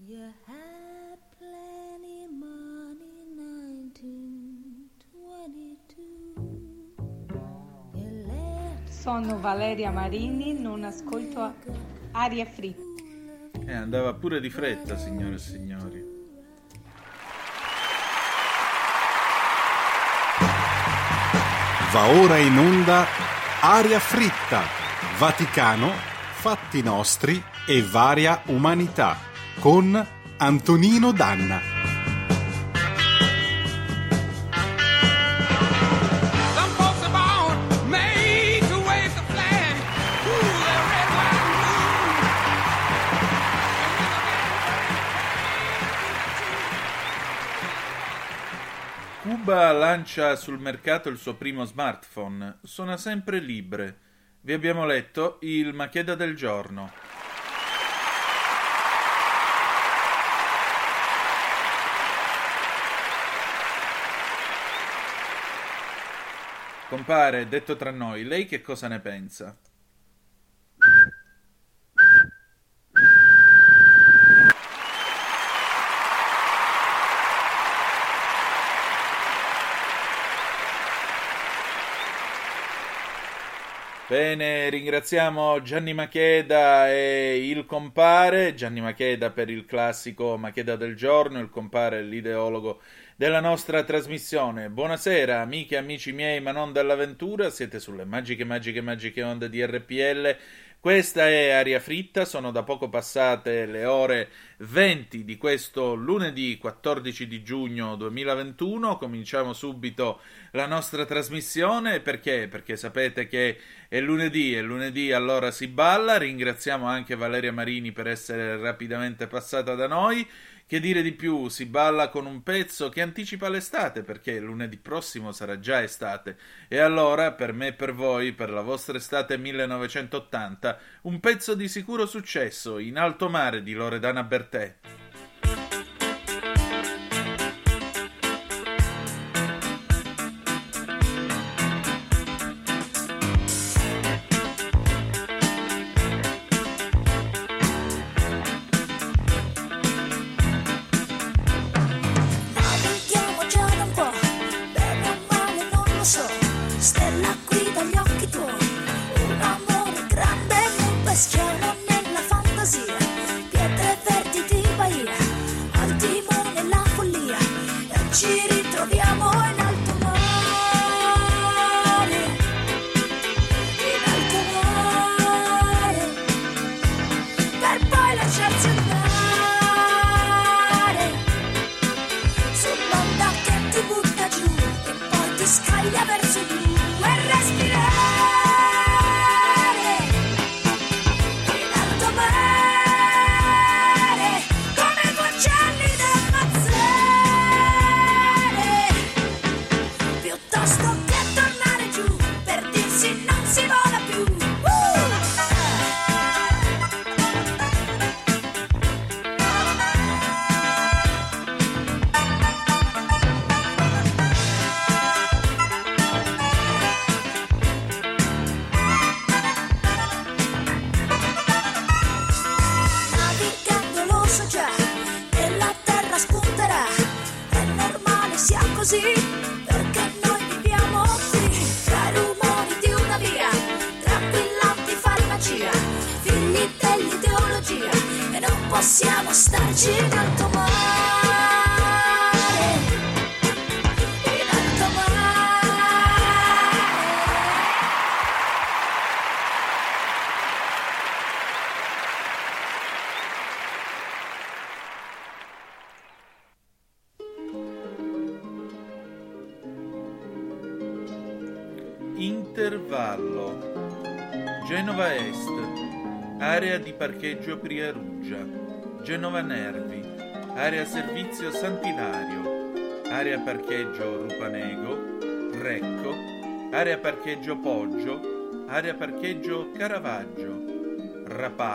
You had plenty money 1922. Sono Valeria Marini, non ascolto Aria Fritta. Andava pure di fretta, signore e signori. Va ora in onda Aria Fritta, Vaticano, fatti nostri e varia umanità, con Antonino Danna. Cuba lancia sul mercato il suo primo smartphone. Suona sempre Libre. Vi abbiamo letto il Macheda del giorno. Compare, detto tra noi, lei che cosa ne pensa? Bene, ringraziamo Gianni Macheda e il compare. Gianni Macheda per il classico Macheda del giorno, il compare l'ideologo della nostra trasmissione. Buonasera amiche e amici miei, ma non dell'avventura, siete sulle magiche onde di RPL. Questa è Aria Fritta, sono da poco passate le ore 20 di questo lunedì 14 di giugno 2021, cominciamo subito la nostra trasmissione, perché? Perché sapete che è lunedì allora si balla, ringraziamo anche Valeria Marini per essere rapidamente passata da noi. Che dire di più, si balla con un pezzo che anticipa l'estate, perché lunedì prossimo sarà già estate, e allora per me e per voi, per la vostra estate 1980, un pezzo di sicuro successo, In alto mare di Loredana Bertè. Intervallo. Genova Est. Area di parcheggio Priaruggia. Genova Nervi. Area servizio Sant'Ilario. Area parcheggio Rupanego. Recco. Area parcheggio Poggio. Area parcheggio Caravaggio.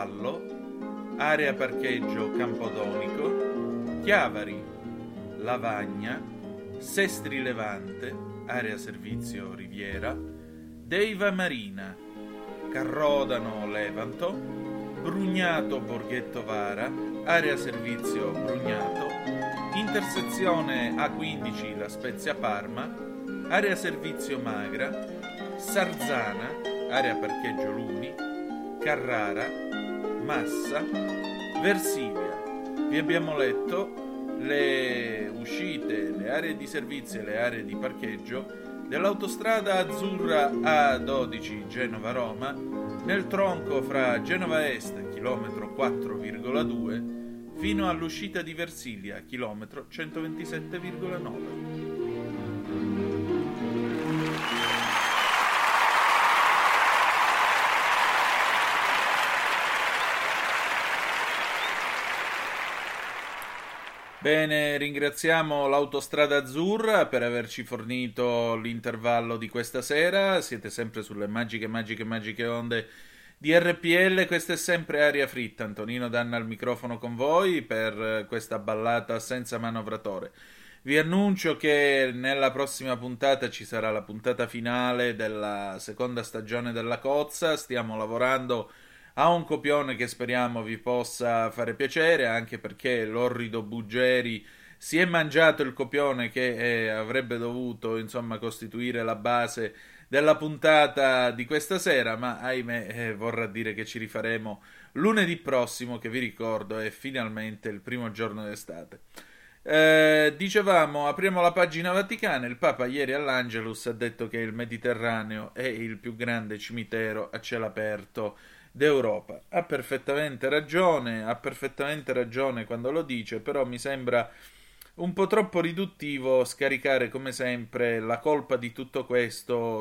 Rapallo. Area parcheggio Campodonico. Chiavari. Lavagna. Sestri Levante. Area servizio Riviera. Deiva Marina. Carrodano Levanto. Brugnato Borghetto Vara, area servizio Brugnato, intersezione A15 La Spezia Parma, area servizio Magra, Sarzana, area parcheggio Luni, Carrara, Massa, Versilia. Vi abbiamo letto le uscite, le aree di servizio e le aree di parcheggio dell'autostrada azzurra A12 Genova-Roma nel tronco fra Genova Est, chilometro 4,2, fino all'uscita di Versilia, chilometro 127,9. Bene, ringraziamo l'Autostrada Azzurra per averci fornito l'intervallo di questa sera. Siete sempre sulle magiche onde di RPL. Questa è sempre Aria Fritta. Antonino Danna al microfono con voi per questa ballata senza manovratore. Vi annuncio che nella prossima puntata ci sarà la puntata finale della seconda stagione della Cozza. Stiamo lavorando a un copione che speriamo vi possa fare piacere, anche perché l'orrido Buggeri si è mangiato il copione che avrebbe dovuto, insomma, costituire la base della puntata di questa sera, ma ahimè vorrà dire che ci rifaremo lunedì prossimo, che vi ricordo è finalmente il primo giorno d'estate. Dicevamo, apriamo la pagina vaticana. Il Papa ieri all'Angelus ha detto che il Mediterraneo è il più grande cimitero a cielo aperto d'Europa. Ha perfettamente ragione quando lo dice, però mi sembra un po' troppo riduttivo scaricare come sempre la colpa di tutto questo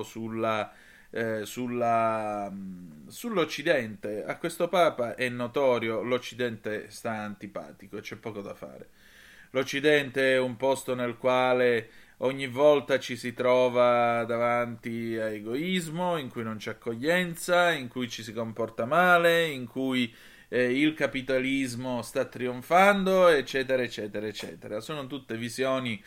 sull'Occidente. A questo Papa è notorio, l'Occidente sta antipatico e c'è poco da fare. L'Occidente è un posto nel quale ogni volta ci si trova davanti a egoismo, in cui non c'è accoglienza, in cui ci si comporta male, in cui il capitalismo sta trionfando, eccetera, eccetera, eccetera. Sono tutte visioni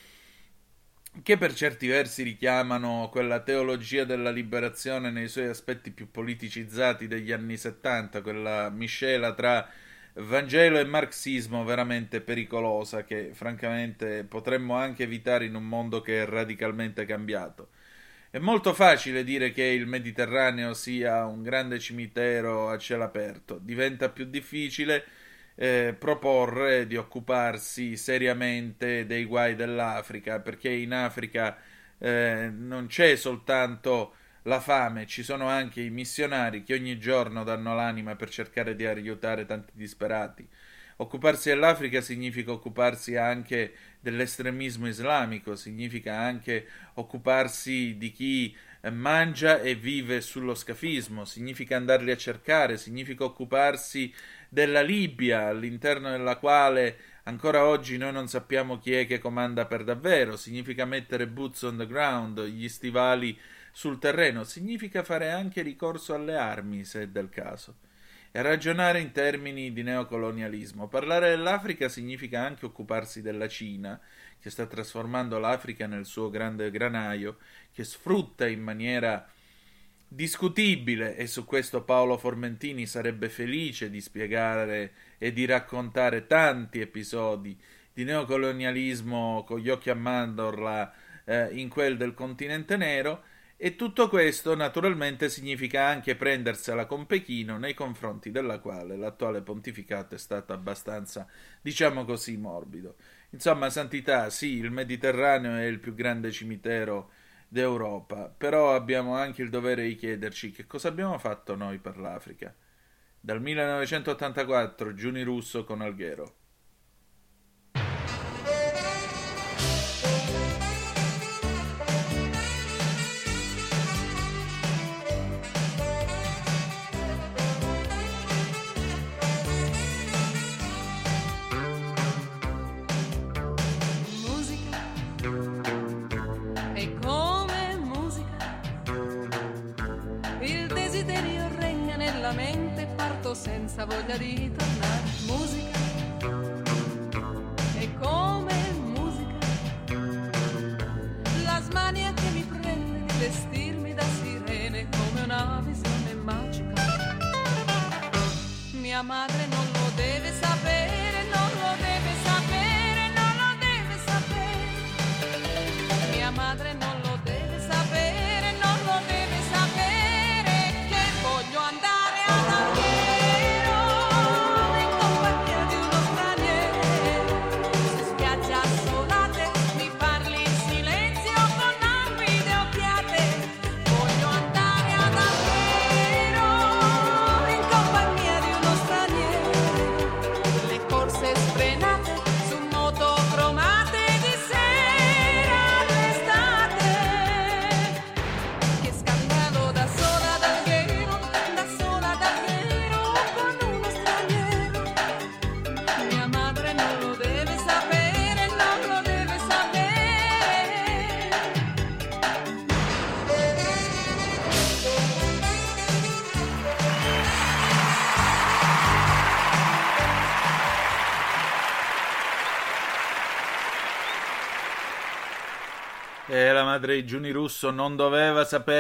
che per certi versi richiamano quella teologia della liberazione nei suoi aspetti più politicizzati degli anni 70, quella miscela tra Vangelo e marxismo veramente pericolosa, che francamente potremmo anche evitare in un mondo che è radicalmente cambiato. È molto facile dire che il Mediterraneo sia un grande cimitero a cielo aperto, diventa più difficile proporre di occuparsi seriamente dei guai dell'Africa, perché in Africa non c'è soltanto la fame, ci sono anche i missionari che ogni giorno danno l'anima per cercare di aiutare tanti disperati. Occuparsi dell'Africa significa occuparsi anche dell'estremismo islamico, significa anche occuparsi di chi mangia e vive sullo scafismo, significa andarli a cercare, significa occuparsi della Libia, all'interno della quale ancora oggi noi non sappiamo chi è che comanda per davvero, significa mettere boots on the ground, gli stivali sul terreno, significa fare anche ricorso alle armi, se è del caso, e ragionare in termini di neocolonialismo. Parlare dell'Africa significa anche occuparsi della Cina, che sta trasformando l'Africa nel suo grande granaio, che sfrutta in maniera discutibile, e su questo Paolo Formentini sarebbe felice di spiegare e di raccontare tanti episodi di neocolonialismo con gli occhi a mandorla in quel del continente nero. E tutto questo naturalmente significa anche prendersela con Pechino, nei confronti della quale l'attuale pontificato è stato abbastanza, diciamo così, morbido. Insomma, santità, sì, il Mediterraneo è il più grande cimitero d'Europa, però abbiamo anche il dovere di chiederci che cosa abbiamo fatto noi per l'Africa. Dal 1984, Giuni Russo con Alghero. Senza voglia di tornare. Musica è come musica, la smania che mi prende di vestirmi da sirene come una visione magica. Mia madre non lo deve sapere, non lo deve sapere, non lo deve sapere. Mia madre non lo deve sapere, non lo deve sapere, che voglio andare ad Alghero in compagnia di uno straniero. Su spiagge assolate mi parli in silenzio con ambide occhiate. Voglio andare ad Alghero in compagnia di uno straniero. Le corse sfrenate su moto cromate di sera all'estate. Che scandalo da sola ad Alghero con uno straniero. Mia madre non lo deve sapere, non lo deve sapere. E la madre di Giuni Russo non doveva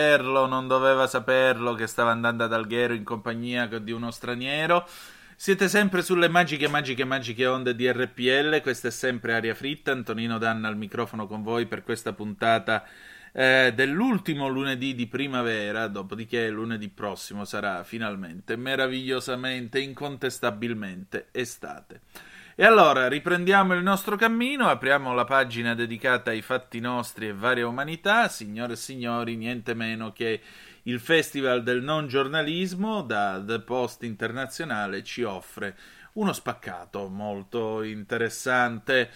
saperlo che stava andando ad Alghero in compagnia di uno straniero. Siete sempre sulle magiche onde di RPL, questa è sempre Aria Fritta, Antonino Danna al microfono con voi per questa puntata dell'ultimo lunedì di primavera, dopodiché lunedì prossimo sarà finalmente, meravigliosamente, incontestabilmente estate. E allora riprendiamo il nostro cammino, apriamo la pagina dedicata ai fatti nostri e varia umanità, signore e signori, niente meno che il Festival del Non Giornalismo da The Post Internazionale ci offre uno spaccato molto interessante.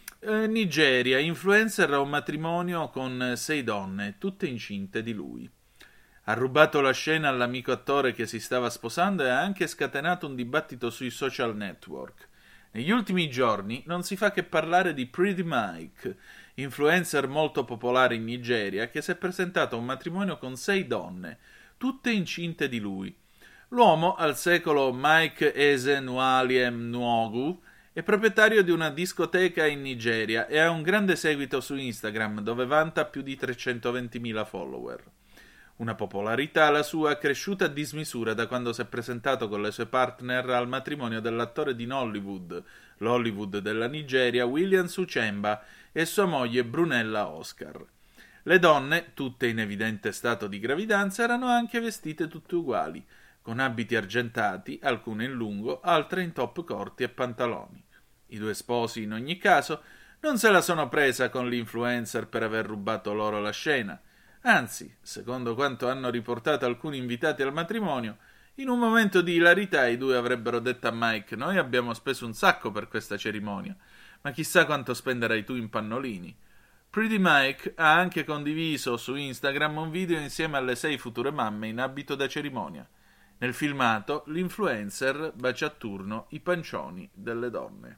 Nigeria, influencer a un matrimonio con 6 donne, tutte incinte di lui. Ha rubato la scena all'amico attore che si stava sposando e ha anche scatenato un dibattito sui social network. Negli ultimi giorni non si fa che parlare di Pretty Mike, influencer molto popolare in Nigeria, che si è presentato a un matrimonio con 6 donne, tutte incinte di lui. L'uomo, al secolo Mike Ezenwaliem Nwogu, è proprietario di una discoteca in Nigeria e ha un grande seguito su Instagram, dove vanta più di 320.000 follower. Una popolarità, la sua, cresciuta a dismisura da quando si è presentato con le sue partner al matrimonio dell'attore di Nollywood, l'Hollywood della Nigeria, Williams Uchemba, e sua moglie Brunella Oscar. Le donne, tutte in evidente stato di gravidanza, erano anche vestite tutte uguali, con abiti argentati, alcune in lungo, altre in top corti e pantaloni. I 2 sposi, in ogni caso, non se la sono presa con l'influencer per aver rubato loro la scena. Anzi, secondo quanto hanno riportato alcuni invitati al matrimonio, in un momento di ilarità i 2 avrebbero detto a Mike: «Noi abbiamo speso un sacco per questa cerimonia, ma chissà quanto spenderai tu in pannolini». Pretty Mike ha anche condiviso su Instagram un video insieme alle 6 future mamme in abito da cerimonia. Nel filmato, l'influencer bacia a turno i pancioni delle donne.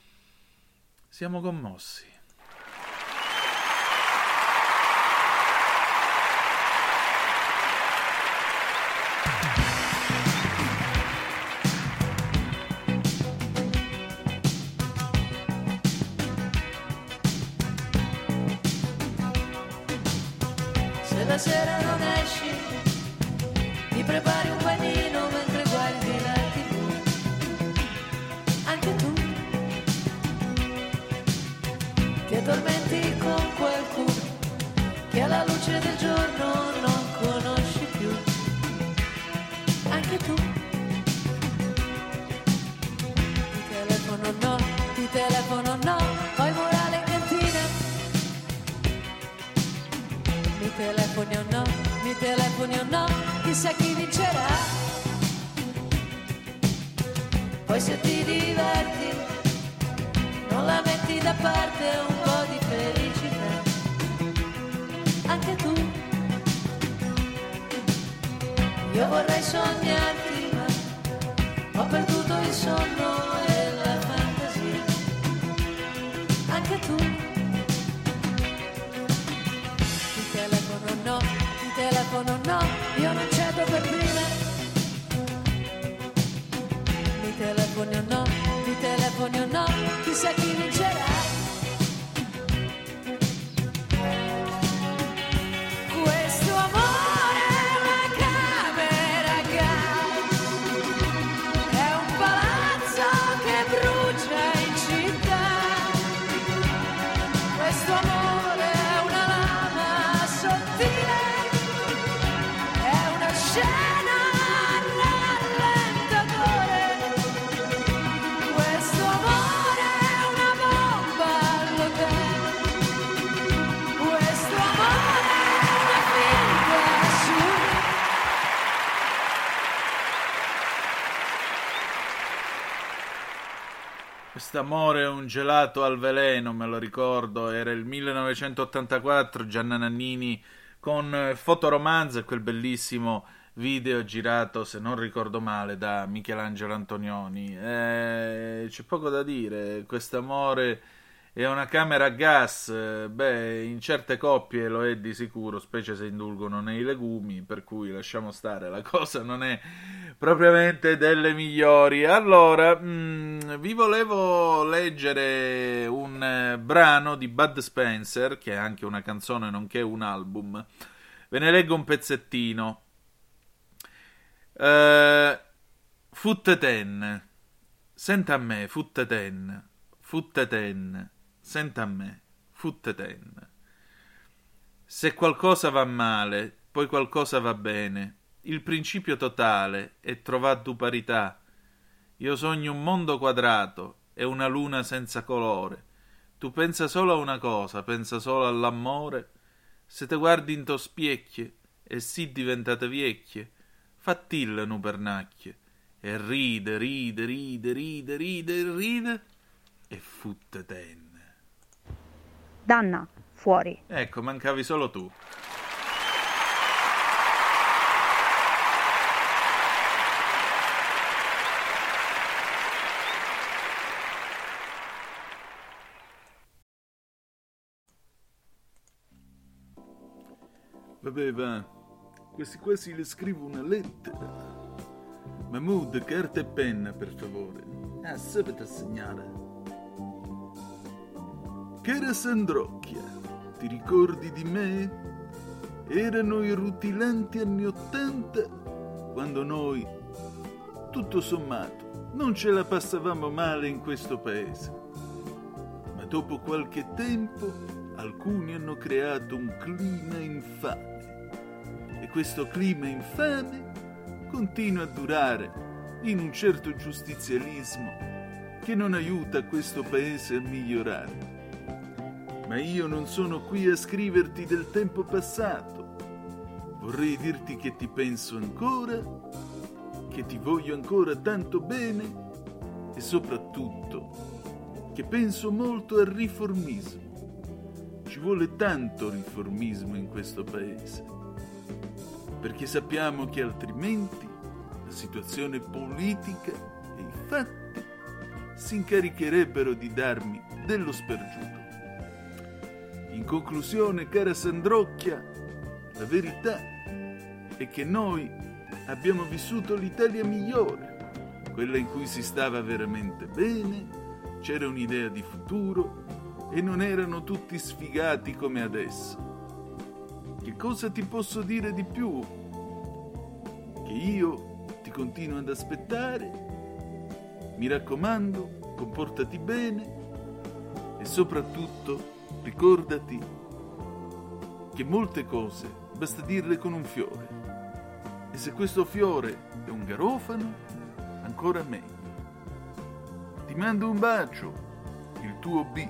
Siamo commossi. Se la sera non esci, ti prepari un panino mentre guardi la TV. Anche tu, ti addormenti con qualcuno che alla luce del giorno non conosci più. Anche tu, ti telefono no, poi morale in cantina. Mi telefoni o no, chissà chi vincerà. Poi se ti diverti, non la metti da parte un po' di felicità. Anche tu, io vorrei sognarti, ma ho perduto il sonno e la fantasia. Anche tu, ti telefono no, io non cedo per prima. Mi telefoni o no, chissà chi vincerà. Questo amore è una camera gas, è un Quest'amore è un gelato al veleno, me lo ricordo, era il 1984, Gianna Nannini con Fotoromanzo e quel bellissimo video girato, se non ricordo male, da Michelangelo Antonioni. C'è poco da dire, quest'amore è una camera a gas, beh, in certe coppie lo è di sicuro, specie se indulgono nei legumi, per cui lasciamo stare, la cosa non è propriamente delle migliori. Allora, vi volevo leggere un brano di Bud Spencer, che è anche una canzone nonché un album. Ve ne leggo un pezzettino. Futteten, senta a me, futteten, futteten, senta a me, futteten. Se qualcosa va male, poi qualcosa va bene. Il principio totale è trovare du parità. Io sogno un mondo quadrato e una luna senza colore. Tu pensa solo a una cosa, pensa solo all'amore. Se te guardi in to spiecchie e sì diventate viecchie, fattille nu pernacchie e ride, ride, ride, ride, ride, ride e futteten. Danna, fuori. Ecco, mancavi solo tu. Vabbè, va. Quasi quasi le scrivo una lettera. Mahmood, carta e penna, per favore. Subito, signora. Cara Sandrocchia, ti ricordi di me? Erano i rutilanti anni '80, quando noi, tutto sommato, non ce la passavamo male in questo paese. Ma dopo qualche tempo, alcuni hanno creato un clima infame. E questo clima infame continua a durare in un certo giustizialismo che non aiuta questo paese a migliorare. Ma io non sono qui a scriverti del tempo passato. Vorrei dirti che ti penso ancora, che ti voglio ancora tanto bene e soprattutto che penso molto al riformismo. Ci vuole tanto riformismo in questo paese, perché sappiamo che altrimenti la situazione politica e i fatti si incaricherebbero di darmi dello spergiuro. In conclusione, cara Sandrocchia, la verità è che noi abbiamo vissuto l'Italia migliore, quella in cui si stava veramente bene, c'era un'idea di futuro e non erano tutti sfigati come adesso. Che cosa ti posso dire di più? Che io ti continuo ad aspettare, mi raccomando, comportati bene e soprattutto ricordati che molte cose basta dirle con un fiore. E se questo fiore è un garofano, ancora meglio. Ti mando un bacio, il tuo B.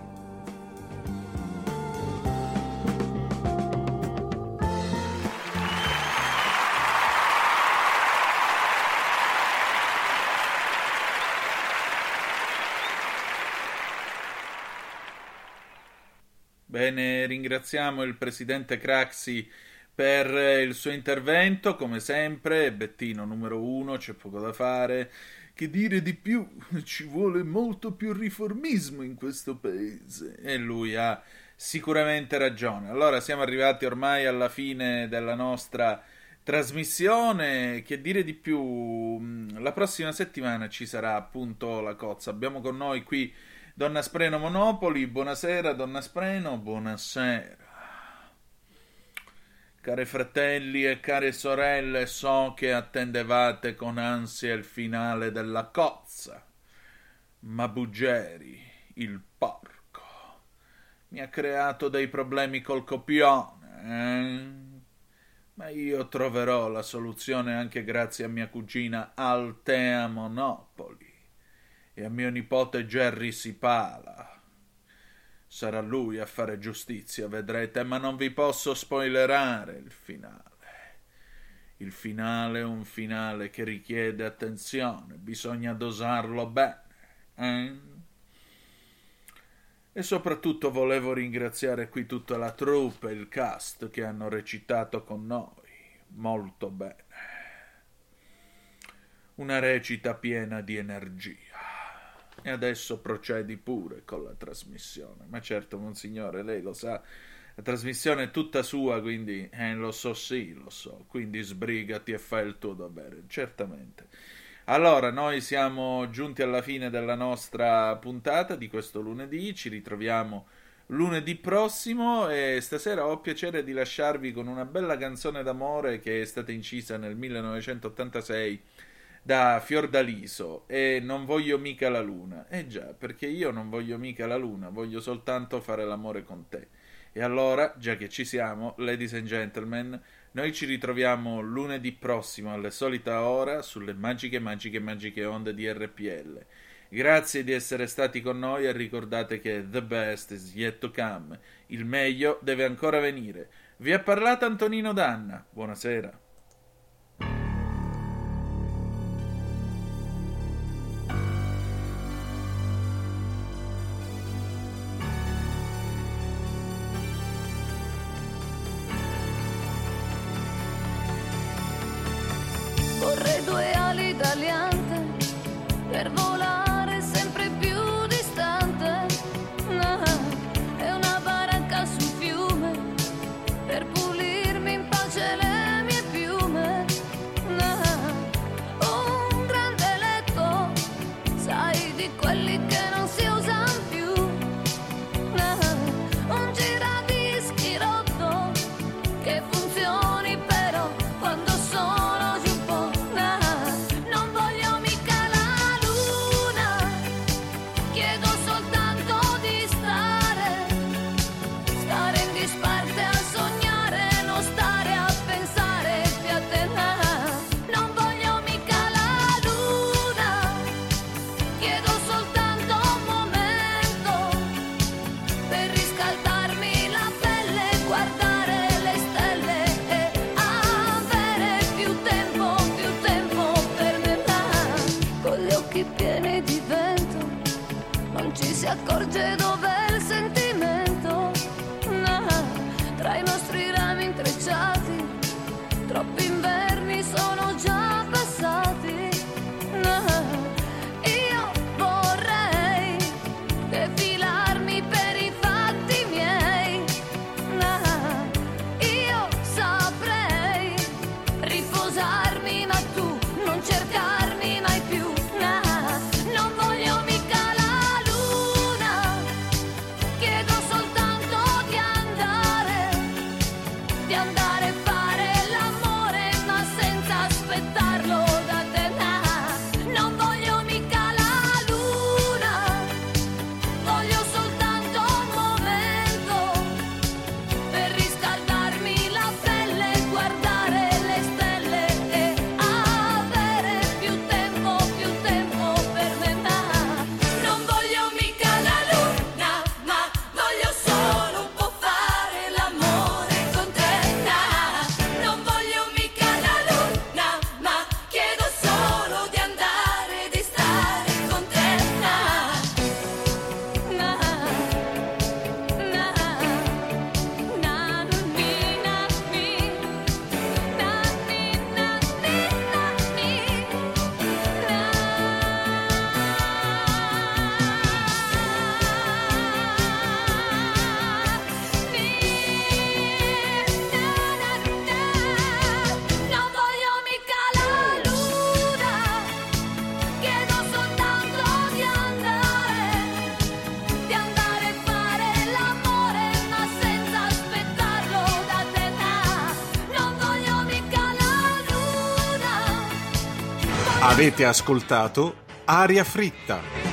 Bene, ringraziamo il presidente Craxi per il suo intervento, come sempre, Bettino numero 1, c'è poco da fare. Che dire di più? Ci vuole molto più riformismo in questo paese. E lui ha sicuramente ragione. Allora siamo arrivati ormai alla fine della nostra trasmissione. Che dire di più? La prossima settimana ci sarà appunto la cozza. Abbiamo con noi qui Donna Spreno Monopoli. Buonasera Donna Spreno, buonasera. Cari fratelli e care sorelle, so che attendevate con ansia il finale della cozza, ma Buggeri, il porco, mi ha creato dei problemi col copione, Ma io troverò la soluzione anche grazie a mia cugina Altea Monopoli e a mio nipote Gerry Sipala. Sarà lui a fare giustizia, vedrete, ma non vi posso spoilerare il finale. Il finale è un finale che richiede attenzione, bisogna dosarlo bene. E soprattutto volevo ringraziare qui tutta la troupe e il cast che hanno recitato con noi molto bene. Una recita piena di energia. E adesso procedi pure con la trasmissione. Ma certo, monsignore, lei lo sa, la trasmissione è tutta sua, quindi lo so, sì, lo so, quindi sbrigati e fai il tuo dovere, certamente. Allora, noi siamo giunti alla fine della nostra puntata di questo lunedì, ci ritroviamo lunedì prossimo e stasera ho piacere di lasciarvi con una bella canzone d'amore che è stata incisa nel 1986 da Fiordaliso, e Non voglio mica la luna. Già, perché io non voglio mica la luna, voglio soltanto fare l'amore con te. E allora, già che ci siamo, ladies and gentlemen, noi ci ritroviamo lunedì prossimo alla solita ora sulle magiche onde di RPL. Grazie di essere stati con noi e ricordate che the best is yet to come. Il meglio deve ancora venire. Vi ha parlato Antonino Danna. Buonasera. Vorrei 2 ali d'aliante per volare sempre più distante, e una baracca sul fiume per pulirmi in pace le mie piume, un grande letto, sai, di quelli che non si usano più, un giradischi rotto che funzioni però quando sono giù un po'. Non voglio mica la luna, chiedo soltanto di stare in disparte a sognare, non stare a pensare più a te. Non voglio mica la luna, chiedo soltanto un momento per riscaldarmi la pelle, guardare le stelle e avere più tempo per me. Con gli occhi pieni di vento non ci si accorge dov'è il sentimento, tra i nostri rami intrecciati troppi inverni sono già passati. Io vorrei defilarmi per i fatti miei, io saprei riposarmi ma tu non cercarmi mai più. Non voglio mica la luna, chiedo soltanto di andare a fare l'amore ma senza aspettarlo da te. Non voglio mica la luna, voglio soltanto un momento per riscaldarmi la pelle, guardare le stelle e avere più tempo per me. Non voglio mica la luna, ma voglio solo un po' fare l'amore con te. Non voglio mica la luna, ma chiedo solo di andare, di stare con te. Non voglio mica la luna, chiedo soltanto di andare a fare l'amore ma senza aspettarlo da te. Non voglio mica la luna. Avete ascoltato Aria Fritta.